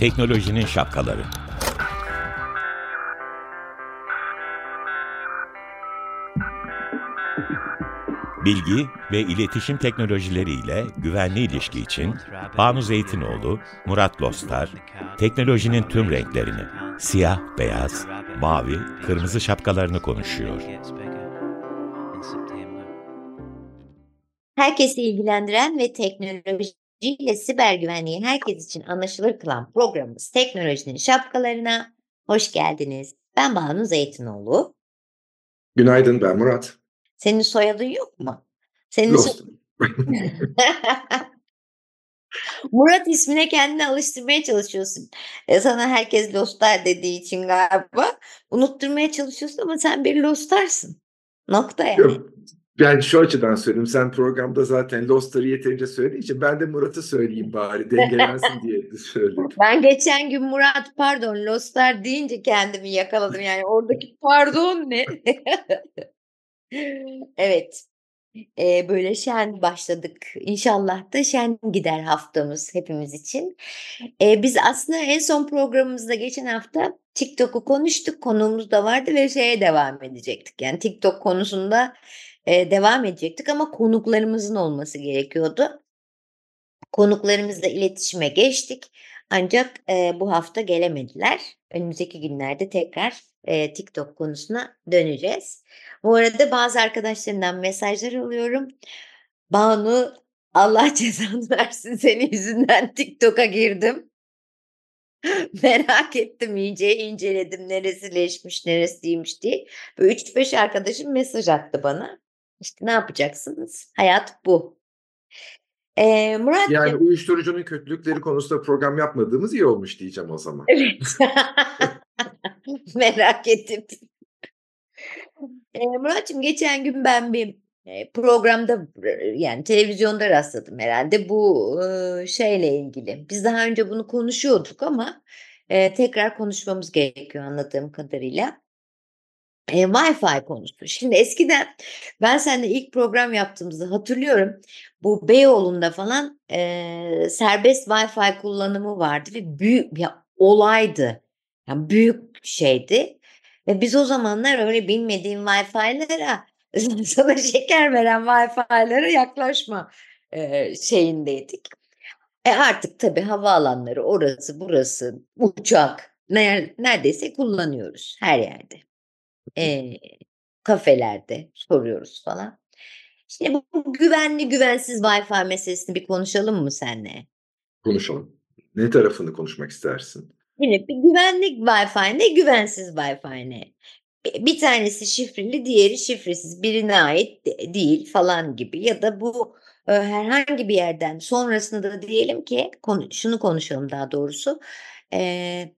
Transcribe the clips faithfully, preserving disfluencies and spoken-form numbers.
Teknolojinin şapkaları. Bilgi ve iletişim teknolojileriyle güvenli ilişki için Banu Zeytinoğlu, Murat Lostar, teknolojinin tüm renklerini, siyah, beyaz, mavi, kırmızı şapkalarını konuşuyor. Herkesi ilgilendiren ve teknolojiyle siber güvenliği herkes için anlaşılır kılan programımız Teknolojinin Şapkalarına hoş geldiniz. Ben Banu Zeytinoğlu. Günaydın, ben Murat. Senin soyadın yok mu? Senin Lost. Murat ismine kendini alıştırmaya çalışıyorsun. E sana herkes Lostar dediği için galiba unutturmaya çalışıyorsun ama sen bir Lostarsın. Nokta yani. Yok, ben şu açıdan söyleyeyim. Sen programda zaten Lost'ları yeterince söylediğin için ben de Murat'ı söyleyeyim bari dengelensin diye söyledim. Ben geçen gün Murat pardon Lostar deyince kendimi yakaladım. Yani oradaki pardon ne? Evet. Ee, böyle şen başladık. İnşallah da şen gider haftamız hepimiz için. Ee, biz aslında en son programımızda geçen hafta TikTok'u konuştuk. Konuğumuz da vardı ve şeye devam edecektik. Yani TikTok konusunda e, devam edecektik ama konuklarımızın olması gerekiyordu. Konuklarımızla iletişime geçtik. Ancak e, bu hafta gelemediler. Önümüzdeki günlerde tekrar e, TikTok konusuna döneceğiz. Bu arada bazı arkadaşlarımdan mesajlar alıyorum. Banu Allah cezanı versin senin yüzünden TikTok'a girdim. Merak ettim iyice inceledim neresi leşmiş neresiymiş diye. Böyle üç beş arkadaşım mesaj attı bana. İşte ne yapacaksınız? Hayat bu. Ee, Murat Yani uyuşturucunun kötülükleri konusunda program yapmadığımız iyi olmuş diyeceğim o zaman. Evet. Merak ettim. Ee, Murat'cığım geçen gün ben bir e, programda yani televizyonda rastladım herhalde bu e, şeyle ilgili. Biz daha önce bunu konuşuyorduk ama e, tekrar konuşmamız gerekiyor anladığım kadarıyla. E, Wi-Fi konusu. Şimdi eskiden ben seninle ilk program yaptığımızda hatırlıyorum. Bu Beyoğlu'nda falan e, serbest Wi-Fi kullanımı vardı ve büyük ya olaydı. Yani büyük şeydi. Ve biz o zamanlar öyle bilmediğim Wi-Fi'lere sana şeker veren Wi-Fi'lere yaklaşma e, şeyindeydik. E artık tabii havaalanları orası burası uçak ner- neredeyse kullanıyoruz her yerde. E, kafelerde soruyoruz falan. Şimdi bu güvenli güvensiz Wi-Fi meselesini bir konuşalım mı seninle? Konuşalım. Ne tarafını konuşmak istersin? Şimdi bir güvenlik Wi-Fi ne, güvensiz Wi-Fi ne? Bir bir tanesi şifreli, diğeri şifresiz, birine ait de- değil falan gibi ya da bu e, herhangi bir yerden sonrasında da diyelim ki konu, şunu konuşalım daha doğrusu. E,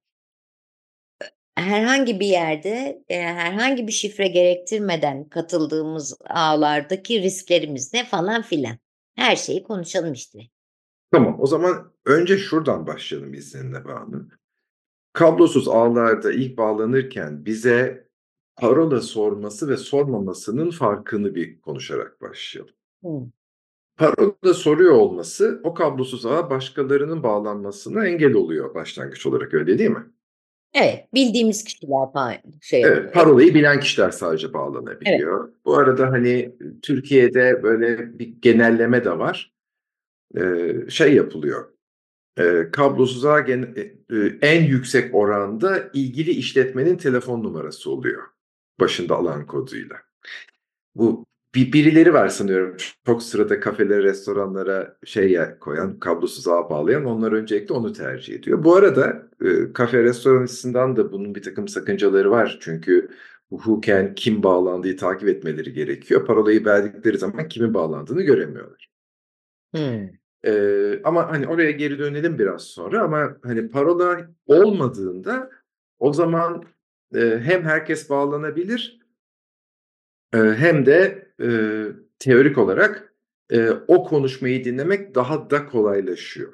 herhangi bir yerde e, herhangi bir şifre gerektirmeden katıldığımız ağlardaki risklerimiz ne falan filan. Her şeyi konuşalım işte. Tamam, o zaman önce şuradan başlayalım izninle Banu. Kablosuz ağlarda ilk bağlanırken bize parola sorması ve sormamasının farkını bir konuşarak başlayalım. Hı. Parola soruyor olması o kablosuz ağa başkalarının bağlanmasına engel oluyor başlangıç olarak, öyle değil mi? Evet, bildiğimiz kişiler falan şey Evet, yapıyor. parolayı bilen kişiler sadece Evet. bağlanabiliyor. Bu arada hani Türkiye'de böyle bir genelleme de var. Ee, şey yapılıyor. Ee, kablosuz ağ gen- e, e, en yüksek oranda ilgili işletmenin telefon numarası oluyor. Başında alan koduyla. Bu bir birileri var sanıyorum. Çok sırada kafelere, restoranlara şey ya- koyan, kablosuz ağ bağlayan, onlar öncelikle onu tercih ediyor. Bu arada e, kafe restoran açısından da bunun bir takım sakıncaları var. Çünkü hukuken kim bağlandığı takip etmeleri gerekiyor. Parolayı verdikleri zaman kimin bağlandığını göremiyorlar. Hmm. Ee, ama hani oraya geri dönelim biraz sonra, ama hani parola olmadığında o zaman e, hem herkes bağlanabilir, e, hem de e, teorik olarak e, o konuşmayı dinlemek daha da kolaylaşıyor.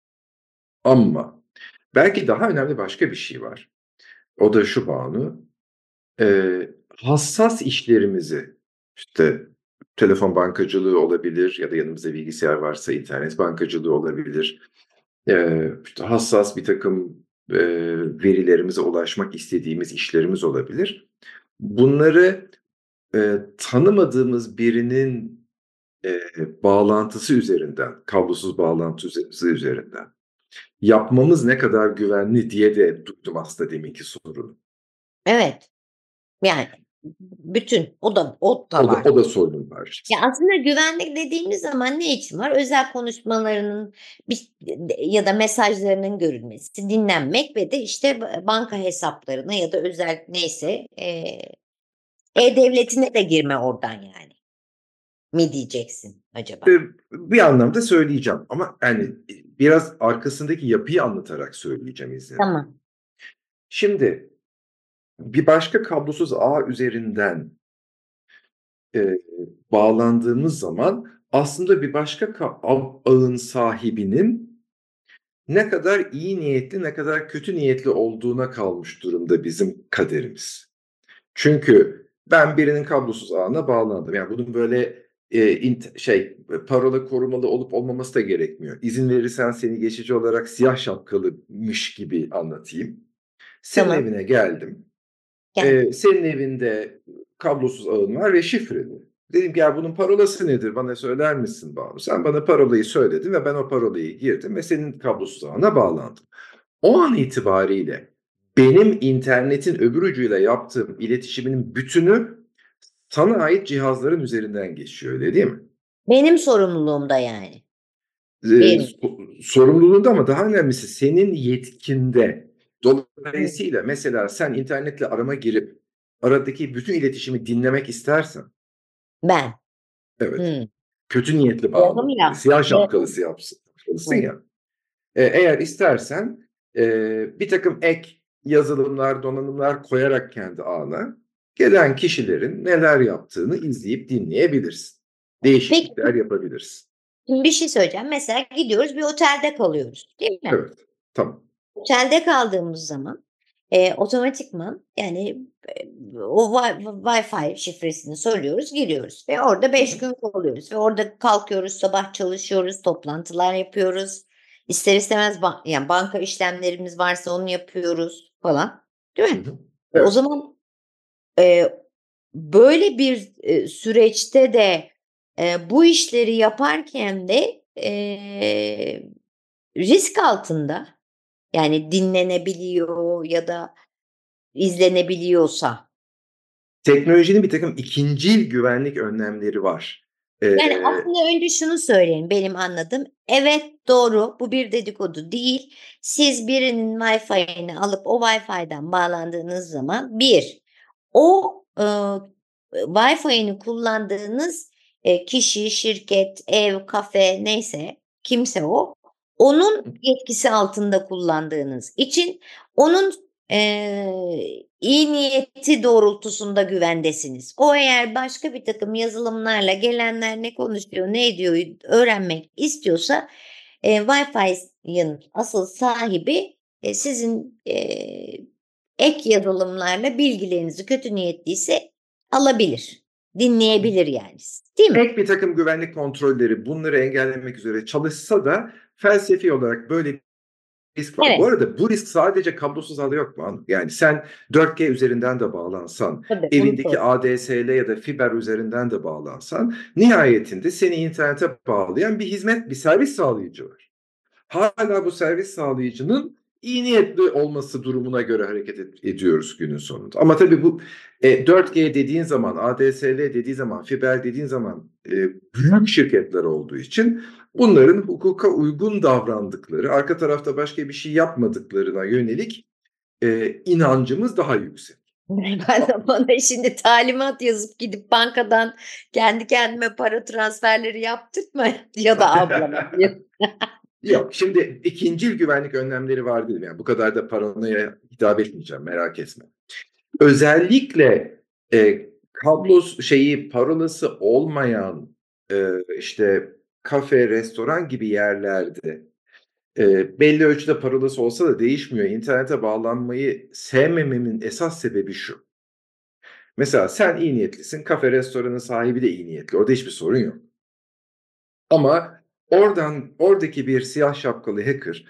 Ama belki daha önemli başka bir şey var. O da şu Banu, e, hassas işlerimizi, işte telefon bankacılığı olabilir ya da yanımızda bilgisayar varsa internet bankacılığı olabilir. Ee, işte hassas bir takım e, verilerimize ulaşmak istediğimiz işlerimiz olabilir. Bunları e, tanımadığımız birinin e, bağlantısı üzerinden, kablosuz bağlantısı üzerinden yapmamız ne kadar güvenli diye de duydum aslında deminki sorunu. Evet. Yani bütün o da o da O da, var. o da sorun var. Ya aslında güvenlik dediğimiz zaman ne için var? Özel konuşmalarının bir, ya da mesajlarının görülmesi, dinlenmek ve de işte banka hesaplarına ya da özel neyse e, e-devletine de girme oradan yani. Mi diyeceksin acaba? E, bir anlamda söyleyeceğim ama yani biraz arkasındaki yapıyı anlatarak söyleyeceğim izninle. Tamam. Şimdi bir başka kablosuz ağ üzerinden e, bağlandığımız zaman aslında bir başka ka- ağın sahibinin ne kadar iyi niyetli, ne kadar kötü niyetli olduğuna kalmış durumda bizim kaderimiz. Çünkü ben birinin kablosuz ağına bağlandım. Yani bunun böyle e, int- şey parola korumalı olup olmaması da gerekmiyor. İzin verirsen seni geçici olarak siyah şapkalımış gibi anlatayım. Senin Tamam. evine geldim. Gel. Ee, senin evinde kablosuz ağın var ve şifreli. Dedim ki ya bunun parolası nedir? Bana söyler misin Banu? Sen bana parolayı söyledin ve ben o parolayı girdim ve senin kablosuz ağına bağlandım. O an itibariyle benim internetin öbür ucuyla yaptığım iletişimin bütünü sana ait cihazların üzerinden geçiyor, öyle değil mi? Benim sorumluluğumda yani. Ee, Benim. so- sorumluluğunda ama daha önemlisi senin yetkinde. Dolayısıyla mesela sen internetle arama girip aradaki bütün iletişimi dinlemek istersen, Ben. evet, Hı. kötü niyetli Oğlum bağlı, ya. siyah Evet. şapkalısı yapsın, yapsın Hı. ya. E, eğer istersen e, bir takım ek yazılımlar, donanımlar koyarak kendi ağına gelen kişilerin neler yaptığını izleyip dinleyebilirsin. Peki Değişiklikler yapabilirsin. bir şey söyleyeceğim. Mesela gidiyoruz bir otelde kalıyoruz, değil mi? Evet, tamam. Otelde kaldığımız zaman e, otomatikman yani e, o wi- Wi-Fi şifresini söylüyoruz, giriyoruz ve orada Hı beş hı. gün kalıyoruz ve orada kalkıyoruz, sabah çalışıyoruz, toplantılar yapıyoruz. İster istemez ban- yani banka işlemlerimiz varsa onu yapıyoruz falan, değil Hı mi? hı. E, o Evet. zaman e, böyle bir e, süreçte de e, bu işleri yaparken de e, risk altında. Yani dinlenebiliyor ya da izlenebiliyorsa. Teknolojinin bir takım ikincil güvenlik önlemleri var. Ee, Yani aslında önce şunu söyleyeyim benim anladığım. Evet doğru bu bir dedikodu değil. Siz birinin Wi-Fi'ni alıp o Wi-Fi'den bağlandığınız zaman bir o e, Wi-Fi'ni kullandığınız e, kişi, şirket, ev, kafe neyse kimse o onun yetkisi altında kullandığınız için onun Eee, iyi niyeti doğrultusunda güvendesiniz. O eğer başka bir takım yazılımlarla gelenler ne konuşuyor, ne ediyor öğrenmek istiyorsa eee Wi-Fi'nin asıl sahibi e, sizin eee, ek yazılımlarla bilgilerinizi kötü niyetliyse alabilir, dinleyebilir yani, değil mi? Ek bir takım güvenlik kontrolleri bunları engellemek üzere çalışsa da felsefi olarak böyle risk var. Evet. Bu arada bu risk sadece kablosuz ağda yok mu? Yani sen dört G üzerinden de bağlansan, Tabii, evindeki A D S L ya da fiber üzerinden de bağlansan, nihayetinde seni internete bağlayan bir hizmet, bir servis sağlayıcı var. Hala bu servis sağlayıcının iyi niyetli olması durumuna göre hareket ed- ediyoruz günün sonunda. Ama tabii bu e, dört G dediğin zaman, A D S L dediği zaman, fiber dediğin zaman e, büyük şirketler olduğu için bunların hukuka uygun davrandıkları, arka tarafta başka bir şey yapmadıklarına yönelik e, inancımız daha yüksek. Ben de bana şimdi talimat yazıp gidip bankadan kendi kendime para transferleri yaptırtma ya da ablama diye. Yok, şimdi ikincil güvenlik önlemleri var dedim. Yani bu kadar da paranoya hitap etmeyeceğim, merak etme. Özellikle e, kablos şeyi parolası olmayan e, işte kafe, restoran gibi yerlerde e, belli ölçüde parolası olsa da değişmiyor. İnternete bağlanmayı sevmememin esas sebebi şu. Mesela sen iyi niyetlisin, kafe, restoranın sahibi de iyi niyetli. Orada hiçbir sorun yok. Ama oradan oradaki bir siyah şapkalı hacker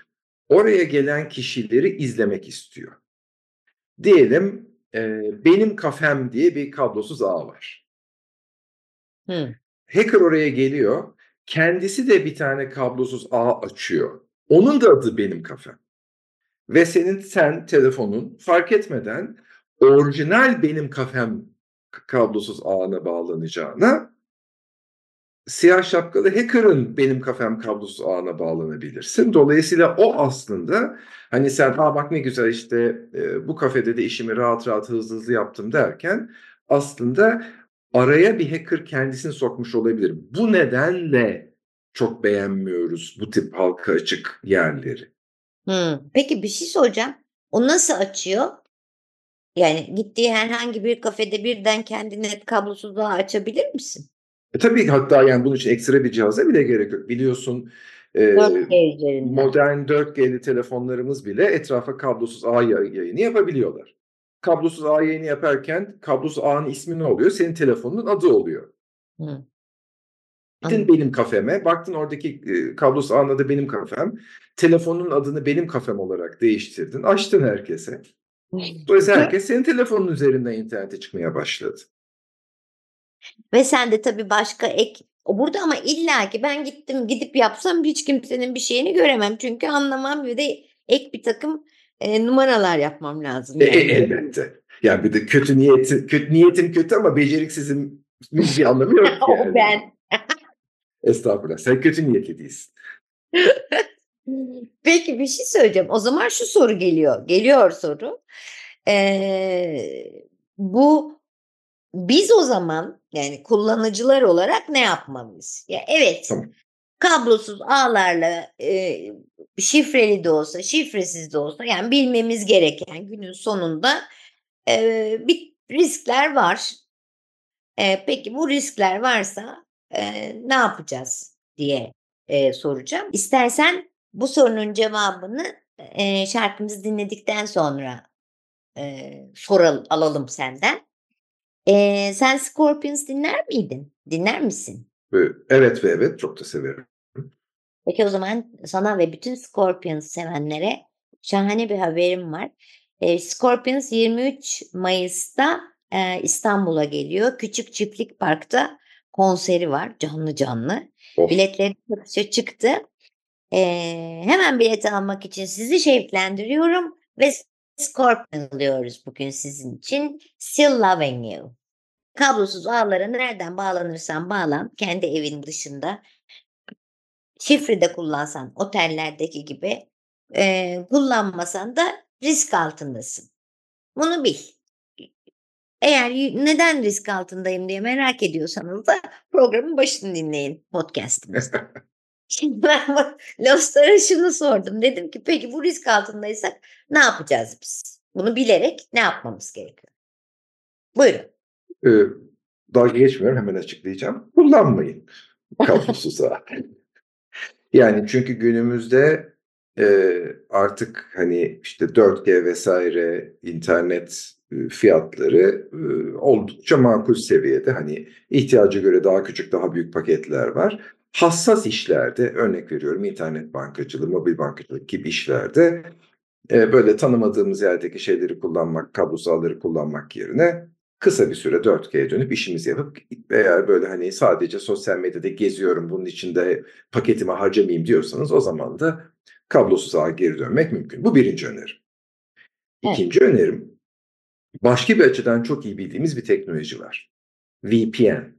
oraya gelen kişileri izlemek istiyor. Diyelim e, benim kafem diye bir kablosuz ağ var. Hı. Hacker oraya geliyor. Kendisi de bir tane kablosuz ağ açıyor. Onun da adı benim kafem. Ve senin sen telefonun fark etmeden orijinal benim kafem kablosuz ağına bağlanacağına siyah şapkalı hacker'ın benim kafem kablosuz ağına bağlanabilirsin. Dolayısıyla o aslında hani sen aa bak ne güzel işte e, bu kafede de işimi rahat rahat hızlı hızlı yaptım derken aslında araya bir hacker kendisini sokmuş olabilir. Bu nedenle çok beğenmiyoruz bu tip halka açık yerleri. Hı. Peki bir şey soracağım. O nasıl açıyor? Yani gittiği herhangi bir kafede birden kendine kablosuz ağ açabilir misin? E tabii hatta yani bunun için ekstra bir cihaza bile gerek yok. Biliyorsun e, dört G üzerinden. modern dört G'li telefonlarımız bile etrafa kablosuz ağ yayını yapabiliyorlar. Kablosuz ağ yayını yaparken kablosuz ağın ismi ne oluyor? Senin telefonun adı oluyor. Hı. Gittin Anladım. benim kafeme, baktın oradaki e, kablosuz ağın adı benim kafem. Telefonun adını benim kafem olarak değiştirdin. Açtın herkese. Dolayısıyla herkes senin telefonun üzerinden internete çıkmaya başladı. Ve sen de tabii başka ek o burada ama illaki ben gittim gidip yapsam hiç kimsenin bir şeyini göremem. Çünkü anlamam ve de ek bir takım e, numaralar yapmam lazım E, e, yani. elbette. Yani bir de kötü niyeti, kötü niyetin kötü ama beceriksizin bir anlamı yok O yani. ben. Estağfurullah. Sen kötü niyetli değilsin. Peki bir şey söyleyeceğim. O zaman şu soru geliyor. Geliyor soru. Ee, bu biz o zaman yani kullanıcılar olarak ne yapmalıyız? Ya evet. Tamam. Kablosuz ağlarla e, şifreli de olsa, şifresiz de olsa yani bilmemiz gereken günün sonunda e, bir riskler var. E, peki bu riskler varsa e, ne yapacağız diye e, soracağım. İstersen bu sorunun cevabını e, şarkımızı dinledikten sonra e, soral alalım senden. E, sen Scorpions dinler miydin? Dinler misin? Evet ve evet. Çok da severim. Peki o zaman sana ve bütün Scorpions sevenlere şahane bir haberim var. E, Scorpions yirmi üç Mayıs'ta e, İstanbul'a geliyor. Küçük Çiftlik Park'ta konseri var canlı canlı. Of. Biletleri satışa çıktı. E, hemen bilet almak için sizi şevklendiriyorum ve Scorpions alıyoruz bugün sizin için. Still Loving You. Kablosuz ağlara nereden bağlanırsan bağlan kendi evin dışında. Şifre de kullansan otellerdeki gibi e, kullanmasan da risk altındasın. Bunu bil. Eğer neden risk altındayım diye merak ediyorsanız da programın başını dinleyin podcast'imizde. Şimdi ben Lost'a şunu sordum. Dedim ki peki bu risk altındaysak ne yapacağız biz? Bunu bilerek ne yapmamız gerekiyor? Buyurun. Ee, dalga geçmiyorum, hemen açıklayacağım. Kullanmayın kablosuz ağ. Yani çünkü günümüzde e, artık hani işte dört G vesaire internet e, fiyatları e, oldukça makul seviyede. Hani ihtiyaca göre daha küçük, daha büyük paketler var. Hassas işlerde, örnek veriyorum internet bankacılığı, mobil bankacılık gibi işlerde e, böyle tanımadığımız yerdeki şeyleri kullanmak, kablosuz ağları kullanmak yerine kısa bir süre dört G'ye dönüp işimizi yapıp eğer böyle hani sadece sosyal medyada geziyorum bunun içinde paketimi harcamayayım diyorsanız o zaman da kablosuz ağa geri dönmek mümkün. Bu birinci önerim. Evet. İkinci önerim başka bir açıdan çok iyi bildiğimiz bir teknoloji var. V P N.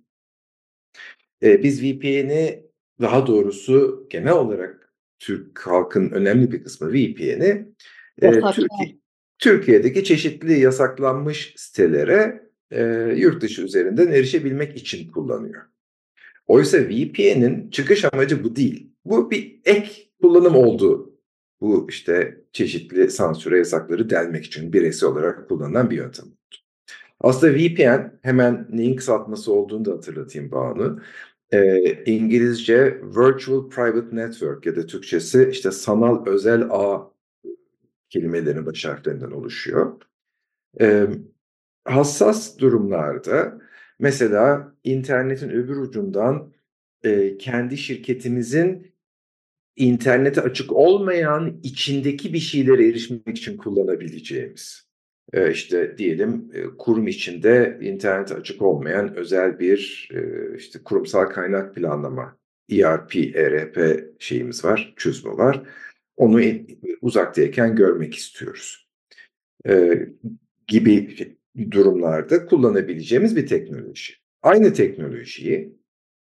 Ee, biz V P N'i daha doğrusu genel olarak Türk halkının önemli bir kısmı V P N'i e, Türkiye, Türkiye'deki çeşitli yasaklanmış sitelere e, yurt dışı üzerinden erişebilmek için kullanıyor. Oysa V P N'in çıkış amacı bu değil. Bu bir ek kullanım oldu. Bu işte çeşitli sansüre yasakları delmek için bireysel olarak kullanılan bir yöntem. Aslında V P N hemen neyin kısaltması olduğunu da hatırlatayım Banu. E, İngilizce Virtual Private Network ya da Türkçesi işte sanal özel ağ kelimelerin baş harflerinden oluşuyor. Ee, hassas durumlarda mesela internetin öbür ucundan e, kendi şirketimizin internete açık olmayan, içindeki bir şeylere erişmek için kullanabileceğimiz. Ee, işte diyelim e, kurum içinde internete açık olmayan özel bir e, işte kurumsal kaynak planlama, E R P, E R P şeyimiz var, çözümü var. Onu in- uzaktayken görmek istiyoruz. Ee, gibi durumlarda kullanabileceğimiz bir teknoloji. Aynı teknolojiyi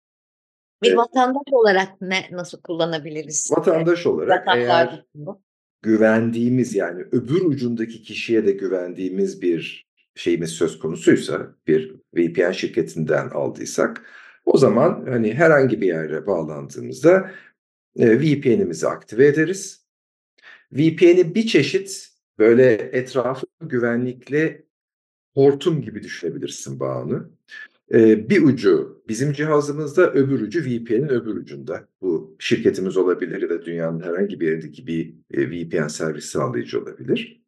Bir e, vatandaş olarak ne nasıl kullanabiliriz? Eee, vatandaş olarak yataklar eğer dışında. güvendiğimiz, yani öbür ucundaki kişiye de güvendiğimiz bir şeyimiz söz konusuysa, bir V P N şirketinden aldıysak, o zaman hani herhangi bir yere bağlandığımızda e, V P N'imizi aktive ederiz. V P N'i bir çeşit böyle etrafı güvenlikli hortum gibi düşünebilirsin bağını. Ee, bir ucu bizim cihazımızda, öbür ucu V P N'in öbür ucunda. Bu şirketimiz olabilir ya da dünyanın herhangi bir yerindeki bir e, V P N servis sağlayıcı olabilir.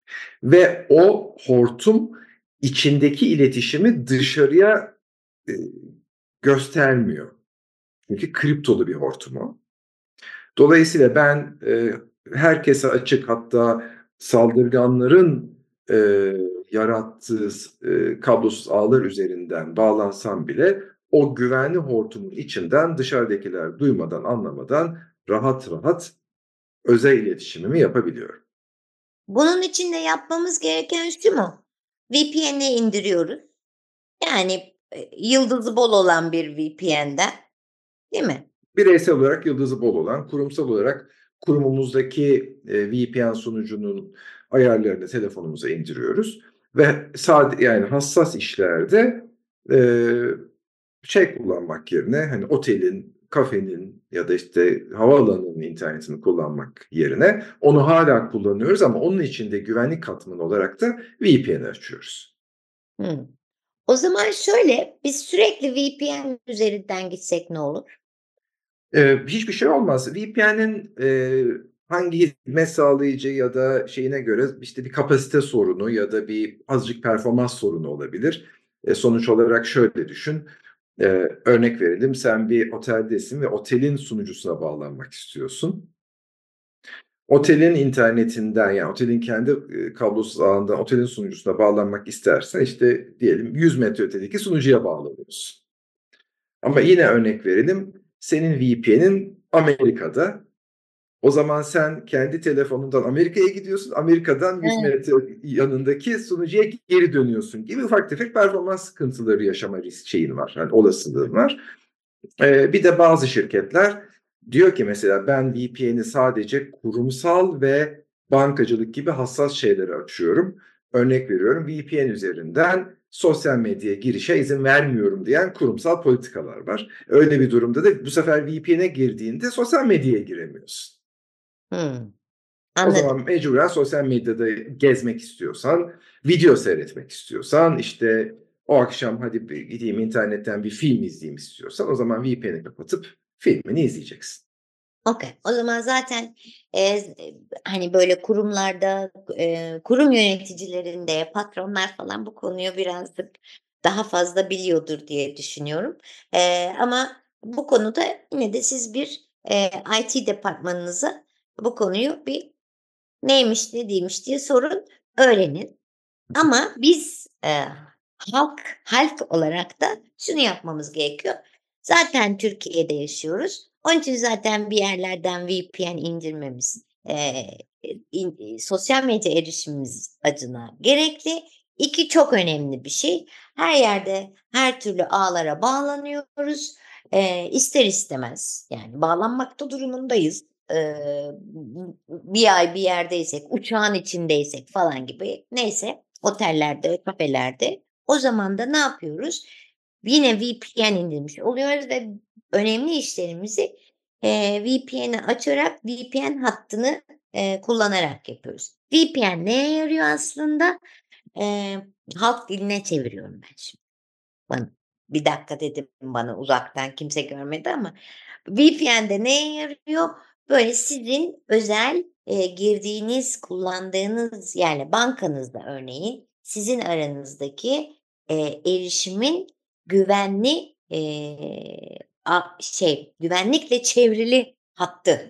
Ve o hortum içindeki iletişimi dışarıya e, göstermiyor. Çünkü kriptolu bir hortum o. Dolayısıyla ben e, herkese açık, hatta saldırganların e, yarattığı e, kablosuz ağlar üzerinden bağlansam bile o güvenli hortumun içinden dışarıdakiler duymadan, anlamadan rahat rahat özel iletişimimi yapabiliyorum. Bunun için de yapmamız gereken şu mu? V P N'i indiriyoruz. Yani, eee, yıldızı bol olan bir V P N'den, değil mi? Bireysel olarak yıldızı bol olan, kurumsal olarak kurumumuzdaki e, V P N sunucunun ayarlarını telefonumuza indiriyoruz ve sade, yani hassas işlerde e, şey kullanmak yerine, hani otelin, kafenin ya da işte havaalanının internetini kullanmak yerine onu hala kullanıyoruz ama onun içinde güvenlik katmanı olarak da V P N açıyoruz. Hımm. O zaman şöyle, biz sürekli V P N üzerinden gitsek ne olur? Eee, hiçbir şey olmaz. V P N'in eee, hangi hizmet sağlayıcı ya da şeyine göre işte bir kapasite sorunu ya da bir azıcık performans sorunu olabilir. E, sonuç olarak şöyle düşün. Eee, örnek verelim, sen bir oteldesin ve otelin sunucusuna bağlanmak istiyorsun. Otelin internetinden, yani otelin kendi e, kablosuz ağından otelin sunucusuna bağlanmak istersen işte diyelim yüz metre ötedeki sunucuya bağlanıyorsun. Ama yine örnek verelim, senin V P N'in Amerika'da. O zaman sen kendi telefonundan Amerika'ya gidiyorsun, Amerika'dan yüz Evet. metre yanındaki sunucuya geri dönüyorsun gibi ufak tefek performans sıkıntıları yaşama risk şeyin var, yani olasılığın var. Ee, bir de bazı şirketler diyor ki mesela ben V P N'i sadece kurumsal ve bankacılık gibi hassas şeyleri açıyorum. Örnek veriyorum, V P N üzerinden sosyal medyaya girişe izin vermiyorum diyen kurumsal politikalar var. Öyle bir durumda da bu sefer V P N'e girdiğinde sosyal medyaya giremiyorsun. Hımm. O Anladım. zaman mecburen sosyal medyada gezmek istiyorsan, video seyretmek istiyorsan, işte o akşam hadi bir gideyim internetten bir film izleyeyim istiyorsan, o zaman V P N'i kapatıp filmini izleyeceksin. Okay. O zaman zaten, eee, hani, böyle kurumlarda, eee, kurum yöneticilerinde, patronlar falan bu konuyu birazcık daha fazla biliyordur diye düşünüyorum. Eee, ama bu konuda yine de siz bir, eee, I T departmanınıza bu konuyu bir neymiş, ne değilmiş diye sorun, öğrenin. Ama biz, eee, halk halk olarak da şunu yapmamız gerekiyor. Zaten Türkiye'de yaşıyoruz. Onun için zaten bir yerlerden V P N indirmemiz, eee, in iii, sosyal medya erişimimiz adına gerekli. iki çok önemli bir şey. Her yerde her türlü ağlara bağlanıyoruz. Eee, ister istemez, yani bağlanmakta durumundayız. Eee, bir ay bir yerdeysek, uçağın içindeysek falan gibi neyse. Otellerde, kafelerde. O zaman da ne yapıyoruz? Yine V P N indirmiş oluyoruz ve önemli işlerimizi, eee, V P N'i açarak, V P N hattını, eee, kullanarak yapıyoruz. V P N neye yarıyor aslında? Eee, halk diline çeviriyorum ben şimdi. Bana bir dakika dedim bana uzaktan kimse görmedi ama V P N'de neye yarıyor? Böyle sizin özel, eee, girdiğiniz, kullandığınız, yani bankanızda örneğin sizin aranızdaki, eee, erişimin güvenli, eee, a şey, güvenlikle çevrili hattı.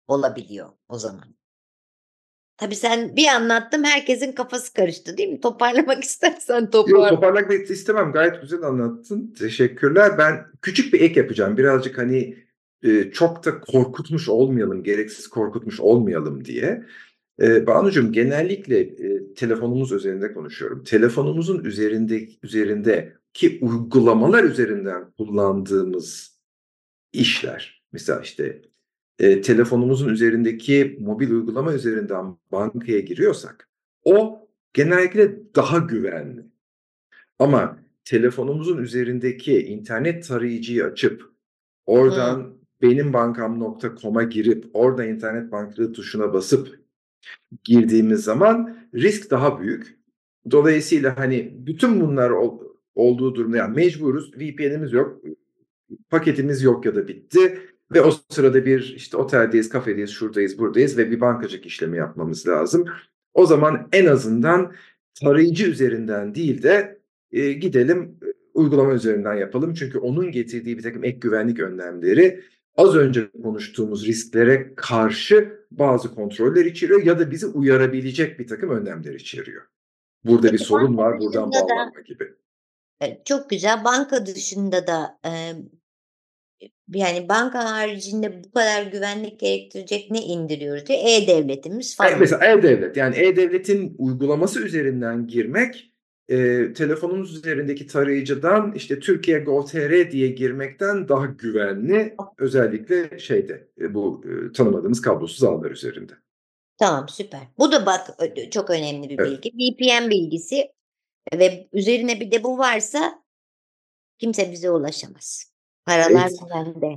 olabiliyor o zaman. Tabii sen bir anlattım, herkesin kafası karıştı değil mi? Toparlamak istersen Yok, toparla. toparlamak istemem. Gayet güzel anlattın. Teşekkürler. Ben küçük bir ek yapacağım. Birazcık hani e, çok da korkutmuş olmayalım, gereksiz korkutmuş olmayalım diye. E, Banucuğum, genellikle e, telefonumuz üzerinde konuşuyorum. Telefonumuzun üzerinde üzerindeki uygulamalar üzerinden kullandığımız işler. Mesela işte e, telefonumuzun üzerindeki mobil uygulama üzerinden bankaya giriyorsak o genellikle daha güvenli. Ama telefonumuzun üzerindeki internet tarayıcıyı açıp Hı. oradan benim bankam nokta com'a girip orada internet bankası tuşuna basıp girdiğimiz zaman risk daha büyük. Dolayısıyla hani bütün bunlar ol- olduğu durumda yani mecburuz. V P N'imiz yok, paketimiz yok ya da bitti ve o sırada bir işte oteldeyiz, kafedeyiz, şuradayız, buradayız ve bir bankacılık işlemi yapmamız lazım. O zaman en azından tarayıcı üzerinden değil de e, gidelim e, uygulama üzerinden yapalım. Çünkü onun getirdiği bir takım ek güvenlik önlemleri az önce konuştuğumuz risklere karşı bazı kontroller içeriyor ya da bizi uyarabilecek bir takım önlemler içeriyor. Burada bir Peki sorun banka var, buradan dışında da bağlanma gibi. e, çok güzel. Banka dışında da e, yani banka haricinde bu kadar güvenlik gerektirecek ne indiriyoruz diye e-devletimiz E, falan. mesela e-devlet, yani e-devletin uygulaması üzerinden girmek e, telefonumuz üzerindeki tarayıcıdan işte Türkiye nokta gov nokta tr diye girmekten daha güvenli, özellikle şeyde e, bu e, tanımadığımız kablosuz ağlar üzerinde. Tamam, süper. Bu da bak ö- çok önemli bir Evet. bilgi. V P N bilgisi ve üzerine bir de bu varsa kimse bize ulaşamaz. Paralar Evet. güvende.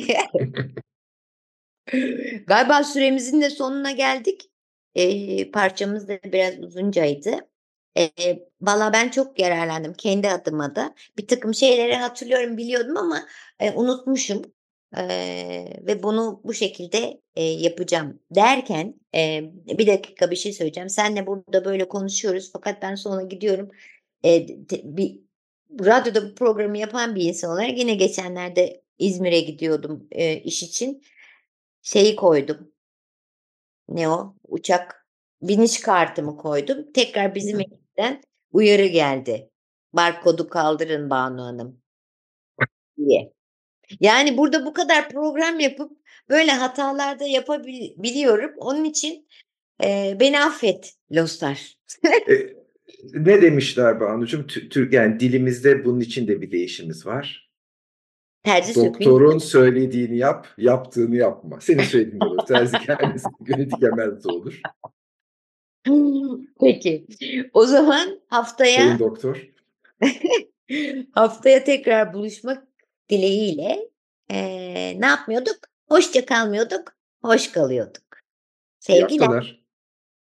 Galiba süremizin de sonuna geldik. Eee, parçamız da biraz uzuncaydı. Eee valla ben çok yararlandım kendi adıma da. Bir takım şeyleri hatırlıyorum, biliyordum ama e, unutmuşum. Eee, ve bunu bu şekilde e, yapacağım derken e, bir dakika bir şey söyleyeceğim. Senle burada böyle konuşuyoruz fakat ben sonra gidiyorum. E, te- bir radyoda bu programı yapan bir insan olarak yine geçenlerde İzmir'e gidiyordum e, iş için. Şeyi koydum. Ne o? Uçak biniş kartımı koydum. Tekrar bizim ekipten uyarı geldi. Barkodu kaldırın Banu Hanım diye. Yani burada bu kadar program yapıp böyle hatalar da yapabiliyorum. Onun için e, beni affet Lostar. E, ne demişler Banucuğum? Tü- Türk yani dilimizde bunun için de bir değişimiz var. Terzi sökün. Doktorun söylediğini yap, yaptığını yapma. Senin söylediğin de olur. Terzi kendisi günü dikemez de olur. Peki. O zaman Sayın haftaya doktor. haftaya tekrar buluşmak dileğiyle eee, ne yapmıyorduk? Hoşça kalmıyorduk, hoş kalıyorduk. İyi Sevgiler. haftalar.